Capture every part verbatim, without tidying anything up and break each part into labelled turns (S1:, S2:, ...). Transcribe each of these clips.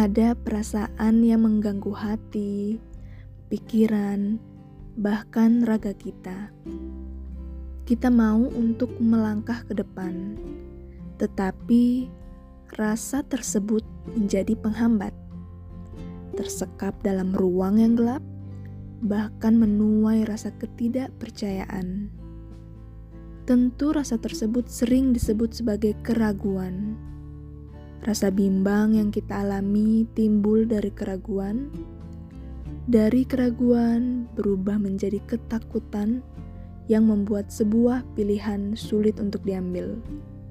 S1: Ada perasaan yang mengganggu hati, pikiran, bahkan raga kita. Kita mau untuk melangkah ke depan, tetapi rasa tersebut menjadi penghambat. Tersekap dalam ruang yang gelap, bahkan menuai rasa ketidakpercayaan. Tentu rasa tersebut sering disebut sebagai keraguan. Rasa bimbang yang kita alami timbul dari keraguan. Dari keraguan berubah menjadi ketakutan yang membuat sebuah pilihan sulit untuk diambil.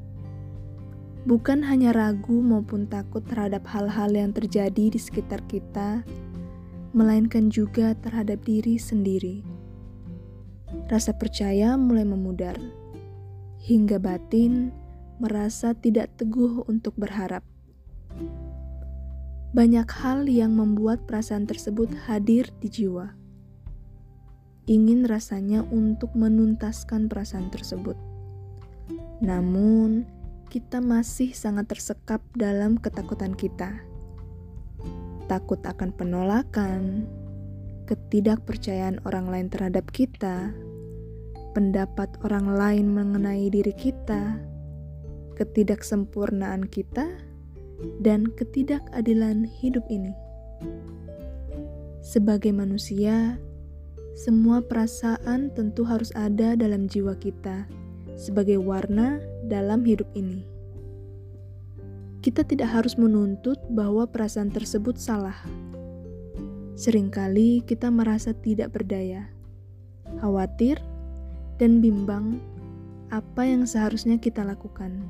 S1: Bukan hanya ragu maupun takut terhadap hal-hal yang terjadi di sekitar kita, melainkan juga terhadap diri sendiri. Rasa percaya mulai memudar, hingga batin merasa tidak teguh untuk berharap. Banyak hal yang membuat perasaan tersebut hadir di jiwa. Ingin rasanya untuk menuntaskan perasaan tersebut. Namun, kita masih sangat tersekap dalam ketakutan kita. Takut akan penolakan, ketidakpercayaan orang lain terhadap kita, pendapat orang lain mengenai diri kita, ketidaksempurnaan kita, dan ketidakadilan hidup ini. Sebagai manusia, semua perasaan tentu harus ada dalam jiwa kita sebagai warna dalam hidup ini. Kita tidak harus menuntut bahwa perasaan tersebut salah. Seringkali kita merasa tidak berdaya, khawatir, dan bimbang apa yang seharusnya kita lakukan.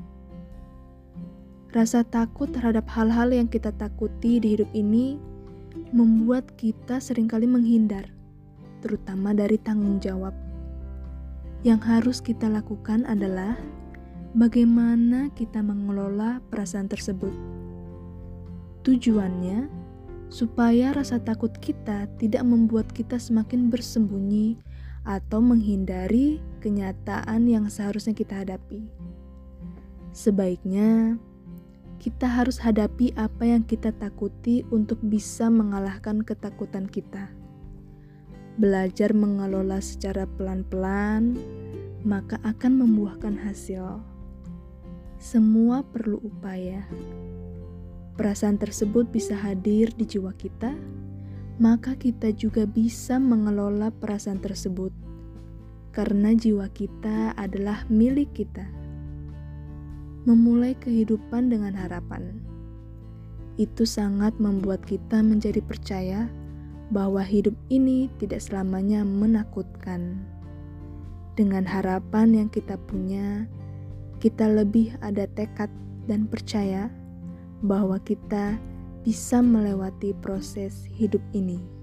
S1: Rasa takut terhadap hal-hal yang kita takuti di hidup ini membuat kita seringkali menghindar, terutama dari tanggung jawab. Yang harus kita lakukan adalah bagaimana kita mengelola perasaan tersebut. Tujuannya supaya rasa takut kita tidak membuat kita semakin bersembunyi atau menghindari kenyataan yang seharusnya kita hadapi. Sebaiknya kita harus hadapi apa yang kita takuti untuk bisa mengalahkan ketakutan kita. Belajar mengelola secara pelan-pelan, maka akan membuahkan hasil. Semua perlu upaya. Perasaan tersebut bisa hadir di jiwa kita, maka kita juga bisa mengelola perasaan tersebut, karena jiwa kita adalah milik kita. Memulai kehidupan dengan harapan. Itu sangat membuat kita menjadi percaya bahwa hidup ini tidak selamanya menakutkan. Dengan harapan yang kita punya, kita lebih ada tekad dan percaya bahwa kita bisa melewati proses hidup ini.